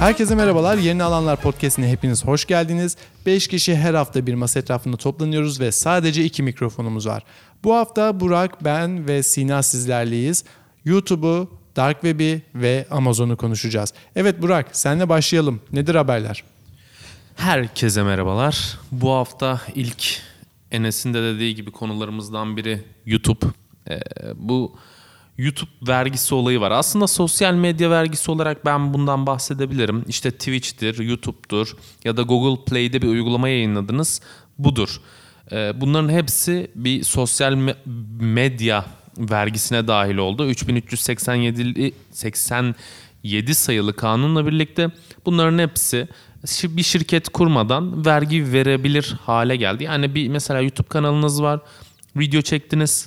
Herkese merhabalar. Yeni Alanlar Podcast'ine hepiniz hoş geldiniz. 5 kişi her hafta bir masa etrafında toplanıyoruz ve sadece 2 mikrofonumuz var. Bu hafta Burak, ben ve Sina sizlerleyiz. YouTube'u, Dark Web'i ve Amazon'u konuşacağız. Evet Burak, senle başlayalım. Nedir haberler? Herkese merhabalar. Bu hafta ilk Enes'in de dediği gibi konularımızdan biri YouTube. Bu YouTube vergisi olayı var. Aslında sosyal medya vergisi olarak ben bundan bahsedebilirim. İşte Twitch'tir, YouTube'dur ya da Google Play'de bir uygulama yayınladınız. Budur. Bunların hepsi bir sosyal medya vergisine dahil oldu. 3387 sayılı kanunla birlikte bunların hepsi bir şirket kurmadan vergi verebilir hale geldi. Yani bir mesela YouTube kanalınız var, video çektiniz,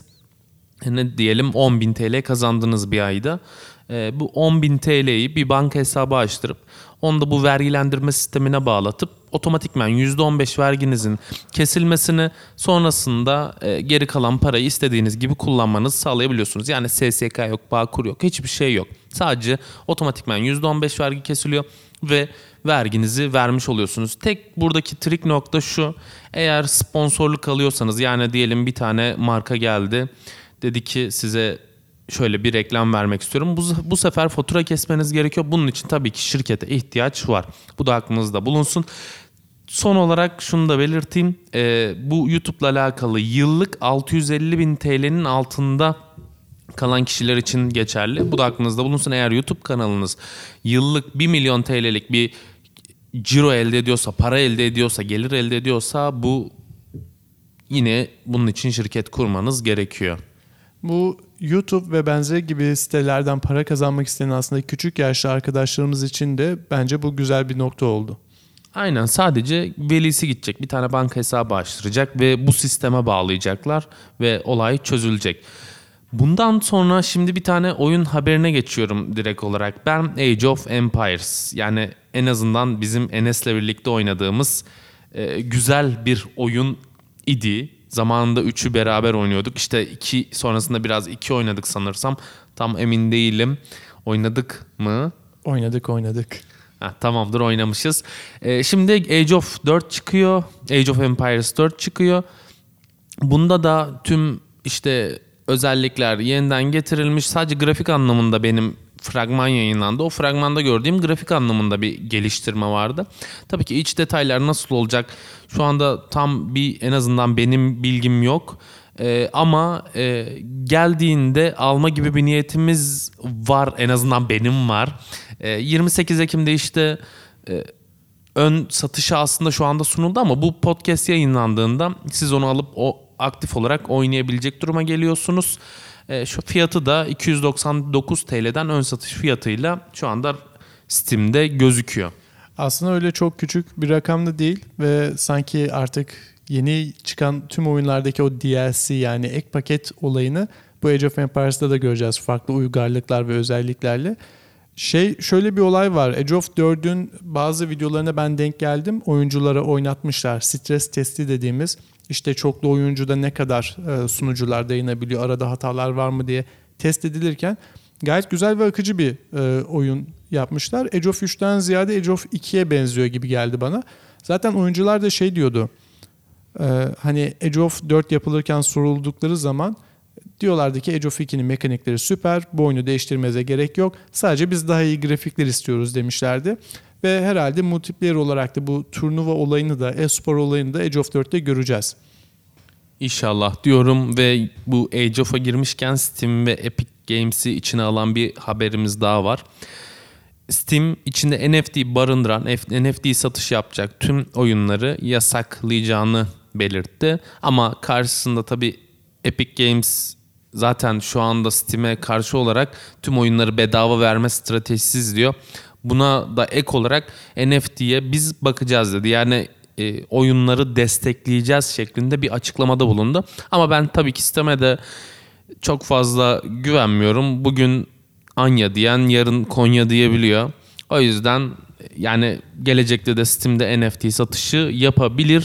ne diyelim 10.000 TL kazandınız bir ayda. Bu 10.000 TL'yi bir banka hesabı açtırıp onu da bu vergilendirme sistemine bağlatıp otomatikman %15 verginizin kesilmesini, sonrasında geri kalan parayı istediğiniz gibi kullanmanızı sağlayabiliyorsunuz. Yani SSK yok, Bağkur yok, hiçbir şey yok. Sadece otomatikman %15 vergi kesiliyor ve verginizi vermiş oluyorsunuz. Tek buradaki trik nokta şu: eğer sponsorluk alıyorsanız, yani diyelim bir tane marka geldi, dedi ki size şöyle bir reklam vermek istiyorum. Bu sefer fatura kesmeniz gerekiyor. Bunun için tabii ki şirkete ihtiyaç var. Bu da aklınızda bulunsun. Son olarak şunu da belirteyim. Bu YouTube'la alakalı yıllık 650.000 TL'nin altında kalan kişiler için geçerli. Bu da aklınızda bulunsun. Eğer YouTube kanalınız yıllık 1 milyon TL'lik bir ciro elde ediyorsa, para elde ediyorsa, gelir elde ediyorsa, bu yine bunun için şirket kurmanız gerekiyor. Bu YouTube ve benzeri gibi sitelerden para kazanmak isteyen aslında küçük yaşlı arkadaşlarımız için de bence bu güzel bir nokta oldu. Aynen, sadece velisi gidecek, bir tane banka hesabı açtıracak ve bu sisteme bağlayacaklar ve olay çözülecek. Bundan sonra şimdi bir tane oyun haberine geçiyorum direkt olarak. Ben Age of Empires, yani en azından bizim Enes'le birlikte oynadığımız güzel bir oyun idi. Zamanında 3'ü beraber oynuyorduk. İşte 2 sonrasında biraz 2 oynadık sanırsam. Tam emin değilim. Oynadık mı? Oynadık. Tamamdır, oynamışız. Şimdi Age of 4 çıkıyor. Age of Empires 4 çıkıyor. Bunda da tüm işte özellikler yeniden getirilmiş. Sadece grafik anlamında benim fragman yayınlandı. O fragmanda gördüğüm grafik anlamında bir geliştirme vardı. Tabii ki iç detaylar nasıl olacak şu anda tam bir, en azından benim bilgim yok. Ama geldiğinde alma gibi bir niyetimiz var. En azından benim var. 28 Ekim'de işte ön satışı aslında şu anda sunuldu ama bu podcast yayınlandığında siz onu alıp o aktif olarak oynayabilecek duruma geliyorsunuz. Şu fiyatı da 299 TL'den ön satış fiyatıyla şu anda Steam'de gözüküyor. Aslında öyle çok küçük bir rakam da değil ve sanki artık yeni çıkan tüm oyunlardaki o DLC, yani ek paket olayını bu Age of Empires'da da göreceğiz farklı uygarlıklar ve özelliklerle. Şöyle bir olay var. Age of 4'ün bazı videolarına ben denk geldim. Oyunculara oynatmışlar. Stres testi dediğimiz, işte çoklu oyuncuda ne kadar sunucular dayanabiliyor, arada hatalar var mı diye test edilirken gayet güzel ve akıcı bir oyun yapmışlar. Age of 3'ten ziyade Age of 2'ye benziyor gibi geldi bana. Zaten oyuncular da diyordu. Hani Age of 4 yapılırken soruldukları zaman diyorlardı ki Age of 2'nin mekanikleri süper, bu oyunu değiştirmenize gerek yok. Sadece biz daha iyi grafikler istiyoruz demişlerdi. Ve herhalde multiplayer olarak da bu turnuva olayını da, e-spor olayını da Age of 4'te göreceğiz. İnşallah diyorum ve bu Age of'a girmişken Steam ve Epic Games'i içine alan bir haberimiz daha var. Steam içinde NFT barındıran, NFT satış yapacak tüm oyunları yasaklayacağını belirtti. Ama karşısında tabii Epic Games zaten şu anda Steam'e karşı olarak tüm oyunları bedava verme stratejisi izliyor. Buna da ek olarak NFT'ye biz bakacağız dedi. Yani oyunları destekleyeceğiz şeklinde bir açıklamada bulundu. Ama ben tabii ki Steam'e de çok fazla güvenmiyorum. Bugün Anya diyen yarın Konya diyebiliyor. O yüzden yani gelecekte de Steam'de NFT satışı yapabilir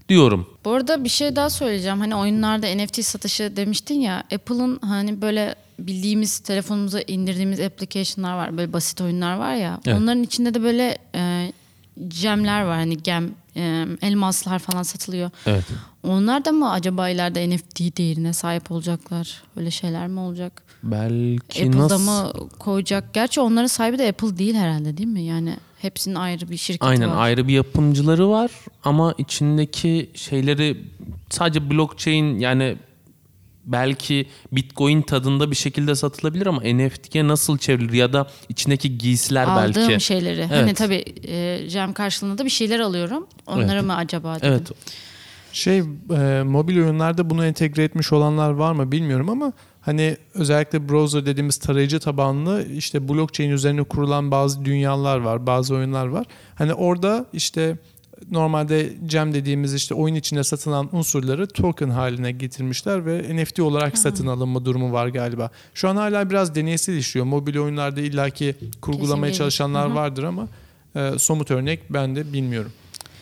diyorum. Bu arada bir şey daha söyleyeceğim. Hani oyunlarda NFT satışı demiştin ya. Apple'ın hani böyle bildiğimiz telefonumuza indirdiğimiz application'lar var. Böyle basit oyunlar var ya. Evet. Onların içinde de böyle gemler var. Hani elmaslar falan satılıyor. Evet. Onlar da mı acaba ileride NFT değerine sahip olacaklar? Öyle şeyler mi olacak? Belki Apple'da nasıl? mı koyacak? Gerçi onların sahibi de Apple değil herhalde, değil mi? Yani hepsinin ayrı bir şirketi Aynen var. ayrı bir yapımcıları var ama içindeki şeyleri sadece blockchain, yani belki Bitcoin tadında bir şekilde satılabilir ama NFT'ye nasıl çevrilir ya da içindeki giysiler belki. Aldığım şeyleri. Evet. Hani tabii gem karşılığında da bir şeyler alıyorum. Onları Evet. mı acaba dedim. Evet. Mobil oyunlarda bunu entegre etmiş olanlar var mı bilmiyorum ama hani özellikle browser dediğimiz tarayıcı tabanlı işte blockchain üzerine kurulan bazı dünyalar var, bazı oyunlar var. Hani orada işte normalde gem dediğimiz işte oyun içinde satılan unsurları token haline getirmişler ve NFT olarak satın alınma durumu var galiba. Şu an hala biraz deneysel işliyor. Mobil oyunlarda illaki kurgulamaya Kesin çalışanlar gelir. vardır ama somut örnek ben de bilmiyorum.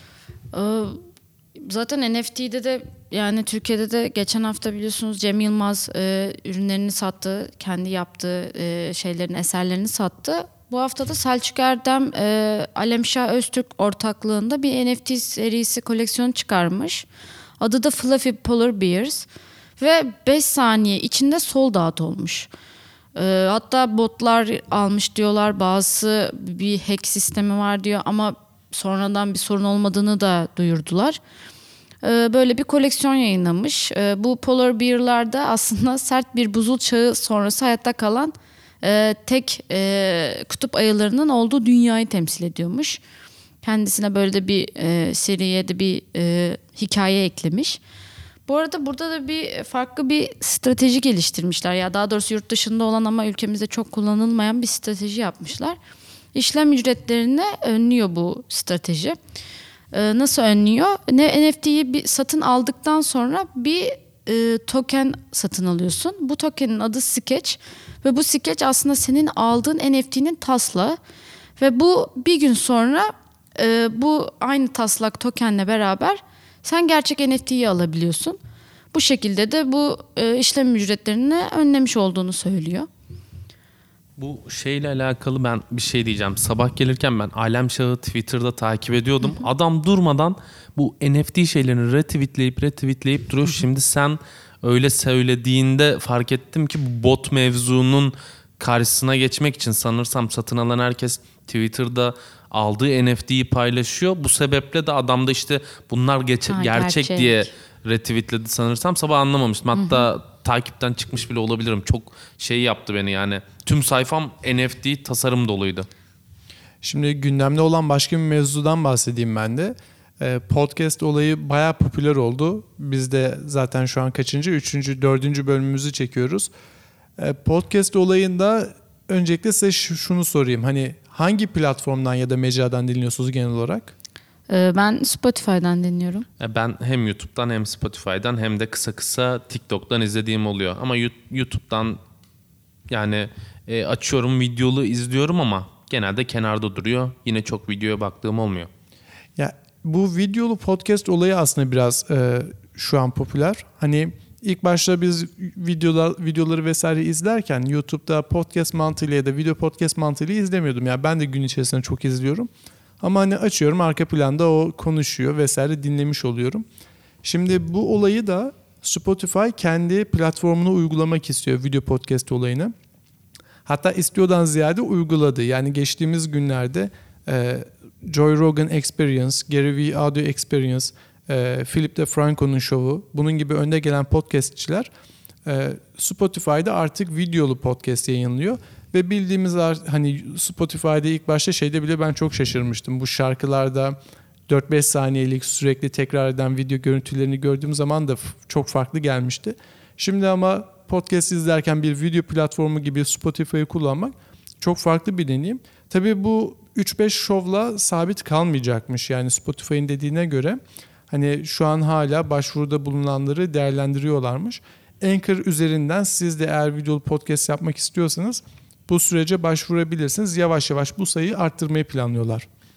Zaten NFT'de de yani Türkiye'de de geçen hafta biliyorsunuz Cem Yılmaz ürünlerini sattı. Kendi yaptığı şeylerin eserlerini sattı. Bu hafta da Selçuk Erdem, Alemşah Öztürk ortaklığında bir NFT serisi koleksiyonu çıkarmış. Adı da Fluffy Polar Bears ve 5 saniye içinde sold out olmuş. Hatta botlar almış diyorlar, bazısı bir hack sistemi var diyor ama sonradan bir sorun olmadığını da duyurdular. Böyle bir koleksiyon yayınlamış. Bu Polar Bear'larda aslında sert bir buzul çağı sonrası hayatta kalan tek kutup ayılarının olduğu dünyayı temsil ediyormuş. Kendisine böyle de bir seriye de bir hikaye eklemiş. Bu arada burada da bir farklı bir strateji geliştirmişler. Ya daha doğrusu yurt dışında olan ama ülkemizde çok kullanılmayan bir strateji yapmışlar. İşlem ücretlerini önlüyor bu strateji. Nasıl önlüyor? NFT'yi bir satın aldıktan sonra bir token satın alıyorsun. Bu tokenin adı Sketch ve bu Sketch aslında senin aldığın NFT'nin taslağı ve bu bir gün sonra bu aynı taslak tokenle beraber sen gerçek NFT'yi alabiliyorsun. Bu şekilde de bu işlem ücretlerini önlemiş olduğunu söylüyor. Bu şeyle alakalı ben bir şey diyeceğim. Sabah gelirken ben Alemşah'ı Twitter'da takip ediyordum. Adam durmadan bu NFT şeylerini retweetleyip duruyor. Şimdi sen öyle söylediğinde fark ettim ki bu bot mevzunun karşısına geçmek için sanırsam satın alan herkes Twitter'da aldığı NFT'yi paylaşıyor. Bu sebeple de adam da işte bunlar gerçek diye retweetledi sanırsam. Sabah anlamamıştım. Hatta takipten çıkmış bile olabilirim. Çok şey yaptı beni yani. Tüm sayfam NFT tasarım doluydu. Şimdi gündemde olan başka bir mevzudan bahsedeyim ben de. Podcast olayı bayağı popüler oldu. Biz de zaten şu an kaçıncı? 3. 4. bölümümüzü çekiyoruz. Podcast olayında öncelikle size şunu sorayım. Hani hangi platformdan ya da mecradan dinliyorsunuz genel olarak? Ben Spotify'dan dinliyorum. Ben hem YouTube'dan hem Spotify'dan hem de kısa TikTok'tan izlediğim oluyor. Ama YouTube'dan yani açıyorum, videolu izliyorum ama genelde kenarda duruyor. Yine çok videoya baktığım olmuyor. Ya bu videolu podcast olayı aslında biraz şu an popüler. Hani ilk başta biz videoları vesaire izlerken YouTube'da podcast mantığıyla ya da video podcast mantığıyla izlemiyordum. Yani ben de gün içerisinde çok izliyorum. Ama hani açıyorum, arka planda o konuşuyor vesaire, dinlemiş oluyorum. Şimdi bu olayı da Spotify kendi platformuna uygulamak istiyor, video podcast olayını. Hatta istiyordan ziyade uyguladı. Yani geçtiğimiz günlerde Joe Rogan Experience, Gary Vee Audio Experience, Philip DeFranco'nun şovu, bunun gibi önde gelen podcastçiler Spotify'da artık videolu podcast yayınlıyor. Ve bildiğimiz hani Spotify'da ilk başta şeyde bile ben çok şaşırmıştım. Bu şarkılarda 4-5 saniyelik sürekli tekrar eden video görüntülerini gördüğüm zaman da çok farklı gelmişti. Şimdi ama podcast izlerken bir video platformu gibi Spotify'ı kullanmak çok farklı bir deneyim. Tabii bu 3-5 şovla sabit kalmayacakmış. Yani Spotify'ın dediğine göre hani şu an hala başvuruda bulunanları değerlendiriyorlarmış. Anchor üzerinden siz de eğer videolu podcast yapmak istiyorsanız bu sürece başvurabilirsiniz. Yavaş yavaş bu sayıyı arttırmayı planlıyorlar.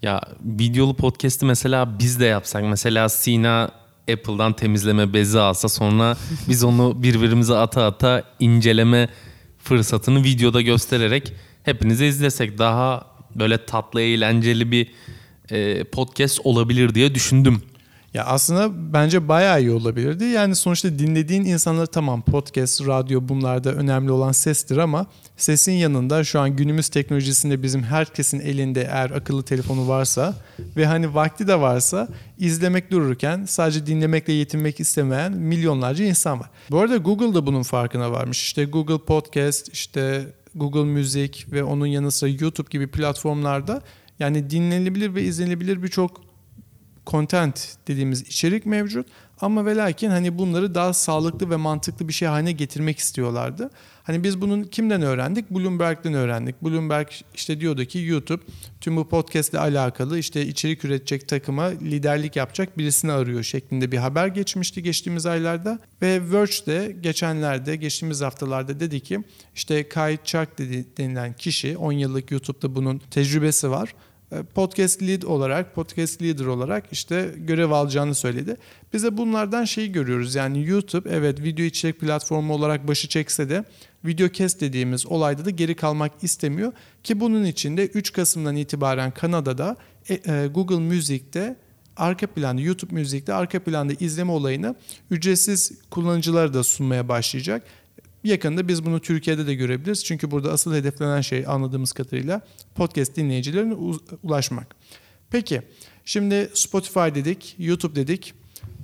Ya videolu podcast'i mesela biz de yapsak. Mesela Sina Apple'dan temizleme bezi alsa, sonra biz onu birbirimize ata ata inceleme fırsatını videoda göstererek hepinize izlesek, daha böyle tatlı, eğlenceli bir podcast olabilir diye düşündüm. Ya aslında bence bayağı iyi olabilirdi. Yani sonuçta dinlediğin insanlar, tamam podcast, radyo bunlarda önemli olan sestir ama sesin yanında şu an günümüz teknolojisinde bizim herkesin elinde eğer akıllı telefonu varsa ve hani vakti de varsa izlemek dururken sadece dinlemekle yetinmek istemeyen milyonlarca insan var. Bu arada Google da bunun farkına varmış. İşte Google Podcast, işte Google Müzik ve onun yanı sıra YouTube gibi platformlarda yani dinlenebilir ve izlenebilir birçok content dediğimiz içerik mevcut ama ve lakin hani bunları daha sağlıklı ve mantıklı bir şey haline getirmek istiyorlardı. Hani biz bunun kimden öğrendik? Bloomberg'den öğrendik. Bloomberg işte diyordu ki YouTube tüm bu podcast ile alakalı işte içerik üretecek takıma liderlik yapacak birisini arıyor şeklinde bir haber geçmişti geçtiğimiz aylarda. Ve Verge de geçtiğimiz haftalarda dedi ki işte Kai Chuck denilen kişi 10 yıllık YouTube'da bunun tecrübesi var. Podcast leader olarak işte görev alacağını söyledi. Biz de bunlardan şeyi görüyoruz. Yani YouTube evet video içerik platformu olarak başı çekse de videocast dediğimiz olayda da geri kalmak istemiyor. Ki bunun için de 3 Kasım'dan itibaren Kanada'da Google Music'te arka planda, YouTube Music'te arka planda izleme olayını ücretsiz kullanıcılara da sunmaya başlayacak. Yakında biz bunu Türkiye'de de görebiliriz. Çünkü burada asıl hedeflenen şey anladığımız kadarıyla podcast dinleyicilerine ulaşmak. Peki şimdi Spotify dedik, YouTube dedik.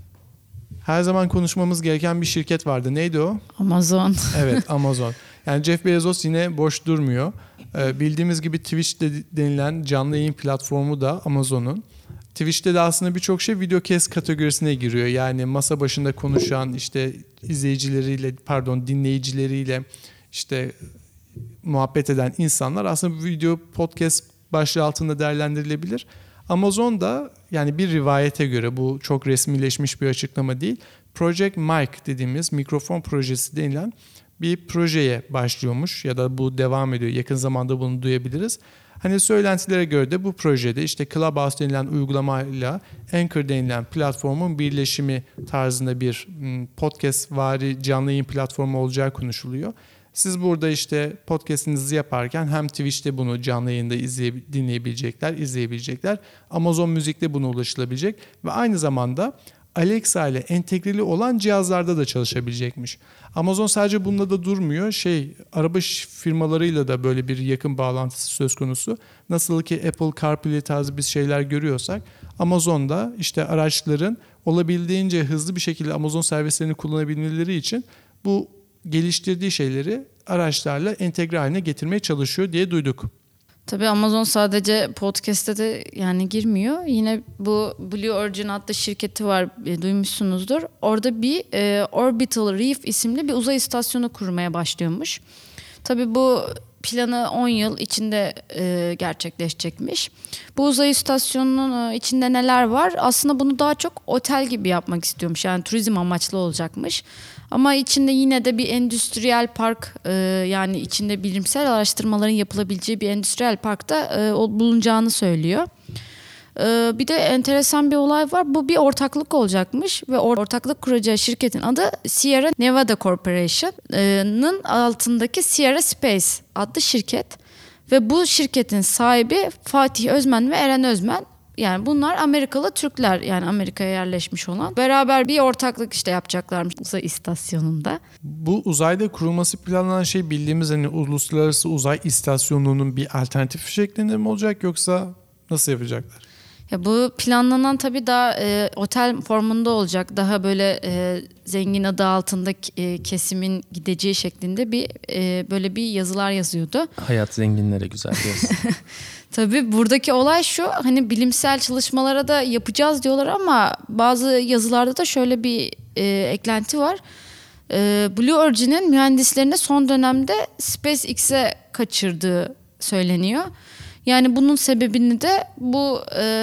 Her zaman konuşmamız gereken bir şirket vardı. Neydi o? Amazon. Evet, Amazon. Yani Jeff Bezos yine boş durmuyor. Bildiğimiz gibi Twitch denilen canlı yayın platformu da Amazon'un. Twitch'te de aslında birçok şey videocast kategorisine giriyor. Yani masa başında konuşan işte dinleyicileriyle işte muhabbet eden insanlar aslında video podcast başlığı altında değerlendirilebilir. Amazon da yani bir rivayete göre, bu çok resmileşmiş bir açıklama değil, Project Mic dediğimiz mikrofon projesi denilen bir projeye başlıyormuş ya da bu devam ediyor. Yakın zamanda bunu duyabiliriz. Hani söylentilere göre de bu projede işte Clubhouse denilen uygulamayla Anchor denilen platformun birleşimi tarzında bir podcast-vari canlı yayın platformu olacağı konuşuluyor. Siz burada işte podcast'inizi yaparken hem Twitch'te bunu canlı yayında izleyebilecekler. Amazon Music'te buna ulaşılabilecek ve aynı zamanda Alexa ile entegreli olan cihazlarda da çalışabilecekmiş. Amazon sadece bununla da durmuyor. Araba firmalarıyla da böyle bir yakın bağlantısı söz konusu. Nasıl ki Apple CarPlay tarzı biz şeyler görüyorsak, Amazon'da işte araçların olabildiğince hızlı bir şekilde Amazon servislerini kullanabilmeleri için bu geliştirdiği şeyleri araçlarla entegre haline getirmeye çalışıyor diye duyduk. Tabii Amazon sadece podcast'te de yani girmiyor. Yine bu Blue Origin adlı şirketi var, duymuşsunuzdur. Orada bir Orbital Reef isimli bir uzay istasyonu kurmaya başlıyormuş. Tabii bu planı 10 yıl içinde gerçekleşecekmiş. Bu uzay istasyonunun içinde neler var? Aslında bunu daha çok otel gibi yapmak istiyormuş. Yani turizm amaçlı olacakmış. Ama içinde yine de bir endüstriyel park, yani içinde bilimsel araştırmaların yapılabileceği bir endüstriyel parkta bulunacağını söylüyor. Bir de enteresan bir olay var. Bu bir ortaklık olacakmış ve ortaklık kuracağı şirketin adı Sierra Nevada Corporation'ın altındaki Sierra Space adlı şirket. Ve bu şirketin sahibi Fatih Özmen ve Eren Özmen. Yani bunlar Amerikalı Türkler, yani Amerika'ya yerleşmiş olan. Beraber bir ortaklık işte yapacaklarmış uzay istasyonunda. Bu uzayda kurulması planlanan şey bildiğimiz hani uluslararası uzay istasyonunun bir alternatif şeklinde mi olacak yoksa nasıl yapacaklar? Ya bu planlanan tabii daha otel formunda olacak. Daha böyle zengin adı altında kesimin gideceği şeklinde bir böyle bir yazılar yazıyordu. Hayat zenginlere güzel diyorsun. Tabii buradaki olay şu, hani bilimsel çalışmalara da yapacağız diyorlar ama bazı yazılarda da şöyle bir eklenti var. Blue Origin'in mühendislerini son dönemde SpaceX'e kaçırdığı söyleniyor. Yani bunun sebebini de bu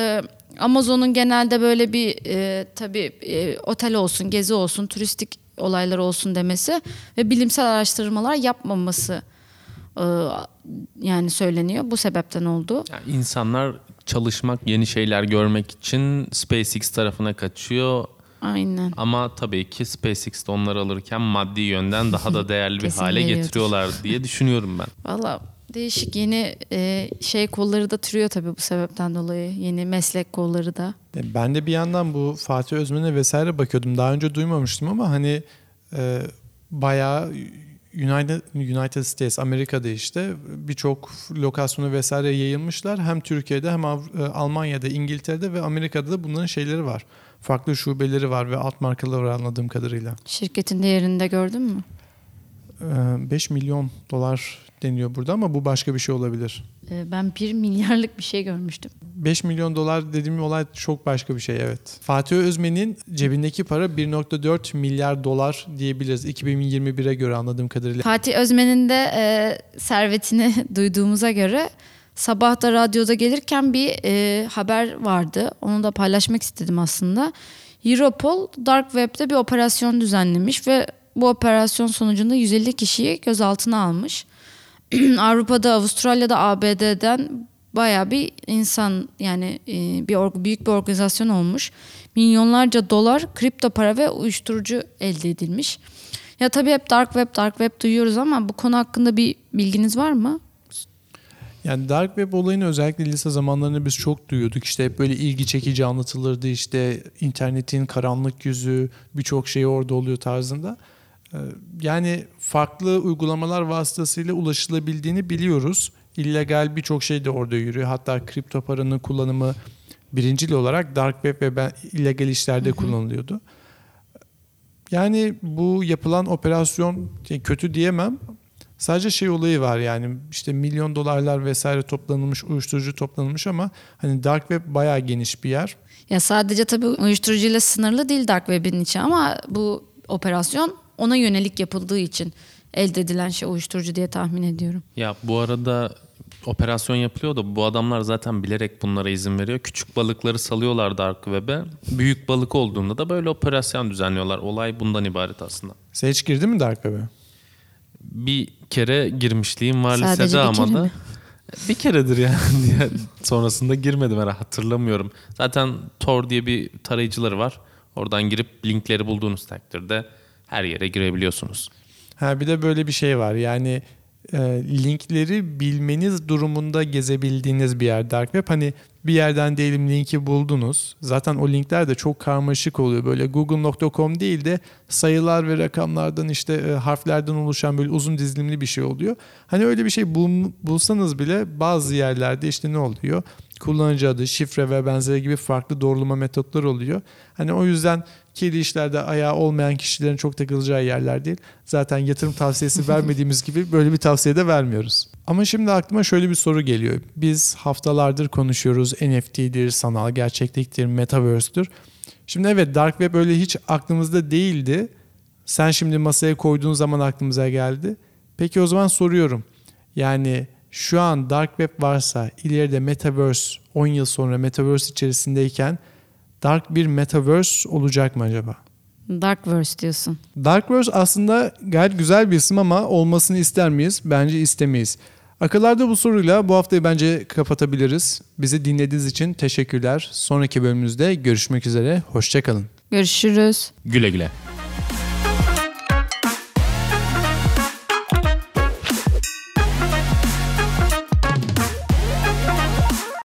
Amazon'un genelde böyle bir tabii otel olsun, gezi olsun, turistik olaylar olsun demesi ve bilimsel araştırmalar yapmaması yani söyleniyor. Bu sebepten oldu. Yani insanlar çalışmak, yeni şeyler görmek için SpaceX tarafına kaçıyor. Aynen. Ama tabii ki SpaceX de onları alırken maddi yönden daha da değerli bir Kesin hale veriyordur. getiriyorlar diye düşünüyorum ben. Valla değişik yeni kolları da türüyor tabii bu sebepten dolayı. Yeni meslek kolları da. Ben de bir yandan bu Fatih Özmen'e vesaire bakıyordum. Daha önce duymamıştım ama hani bayağı United States, Amerika'da işte birçok lokasyonu vesaire yayılmışlar. Hem Türkiye'de hem Almanya'da, İngiltere'de ve Amerika'da da bunların şeyleri var. Farklı şubeleri var ve alt markaları var anladığım kadarıyla. Şirketin değerini de gördün mü? 5 milyon dolar deniyor burada ama bu başka bir şey olabilir. Ben 1 milyarlık bir şey görmüştüm. 5 milyon dolar dediğim olay çok başka bir şey, evet. Fatih Özmen'in cebindeki para 1.4 milyar dolar diyebiliriz. 2021'e göre anladığım kadarıyla. Fatih Özmen'in de servetini duyduğumuza göre sabah da radyoda gelirken bir haber vardı. Onu da paylaşmak istedim aslında. Europol Dark Web'de bir operasyon düzenlemiş ve bu operasyon sonucunda 150 kişiyi gözaltına almış. Avrupa'da, Avustralya'da, ABD'den bayağı bir insan, yani büyük bir organizasyon olmuş. Milyonlarca dolar kripto para ve uyuşturucu elde edilmiş. Ya tabii hep Dark Web duyuyoruz ama bu konu hakkında bir bilginiz var mı? Yani Dark Web olayını özellikle lise zamanlarında biz çok duyuyorduk. İşte hep böyle ilgi çekici anlatılırdı. İşte internetin karanlık yüzü, birçok şey orada oluyor tarzında. Yani farklı uygulamalar vasıtasıyla ulaşılabildiğini biliyoruz. İllegal birçok şey de orada yürüyor. Hatta kripto paranın kullanımı birincil olarak Dark Web ve illegal işlerde kullanılıyordu. Yani bu yapılan operasyon kötü diyemem. Sadece şey olayı var, yani işte milyon dolarlar vesaire toplanılmış, uyuşturucu toplanılmış ama hani Dark Web bayağı geniş bir yer. Ya sadece tabii uyuşturucuyla sınırlı değil Dark Web'in içi ama bu operasyon ona yönelik yapıldığı için elde edilen şey uyuşturucu diye tahmin ediyorum. Ya bu arada operasyon yapılıyor da bu adamlar zaten bilerek bunlara izin veriyor. Küçük balıkları salıyorlar Dark Web'e. Büyük balık olduğunda da böyle operasyon düzenliyorlar. Olay bundan ibaret aslında. Sen hiç girdin mi Dark Web'e? Bir kere girmişliğim var Sadece lisede bir ama kere da mi? bir keredir yani. Sonrasında girmedim herhalde, hatırlamıyorum. Zaten Tor diye bir tarayıcıları var. Oradan girip linkleri bulduğunuz takdirde her yere girebiliyorsunuz. Ha, bir de böyle bir şey var. Yani linkleri bilmeniz durumunda gezebildiğiniz bir yer Dark Web. Hani bir yerden diyelim linki buldunuz. Zaten o linkler de çok karmaşık oluyor. Böyle google.com değil de sayılar ve rakamlardan, işte harflerden oluşan böyle uzun dizilimli bir şey oluyor. Hani öyle bir şey bulsanız bile bazı yerlerde işte ne oluyor? Kullanıcı adı, şifre ve benzeri gibi farklı doğrulama metotları oluyor. Hani o yüzden kirli işlerde ayağı olmayan kişilerin çok takılacağı yerler değil. Zaten yatırım tavsiyesi vermediğimiz gibi böyle bir tavsiye de vermiyoruz. Ama şimdi aklıma şöyle bir soru geliyor. Biz haftalardır konuşuyoruz. NFT'dir, sanal gerçekliktir, metaverse'tür. Şimdi evet, Dark Web öyle hiç aklımızda değildi. Sen şimdi masaya koyduğun zaman aklımıza geldi. Peki o zaman soruyorum. Yani şu an Dark Web varsa ileride Metaverse, 10 yıl sonra Metaverse içerisindeyken Dark bir Metaverse olacak mı acaba? Darkverse diyorsun. Darkverse aslında gayet güzel bir isim ama olmasını ister miyiz? Bence istemeyiz. Akıllarda bu soruyla bu haftayı bence kapatabiliriz. Bizi dinlediğiniz için teşekkürler. Sonraki bölümümüzde görüşmek üzere. Hoşça kalın. Görüşürüz. Güle güle.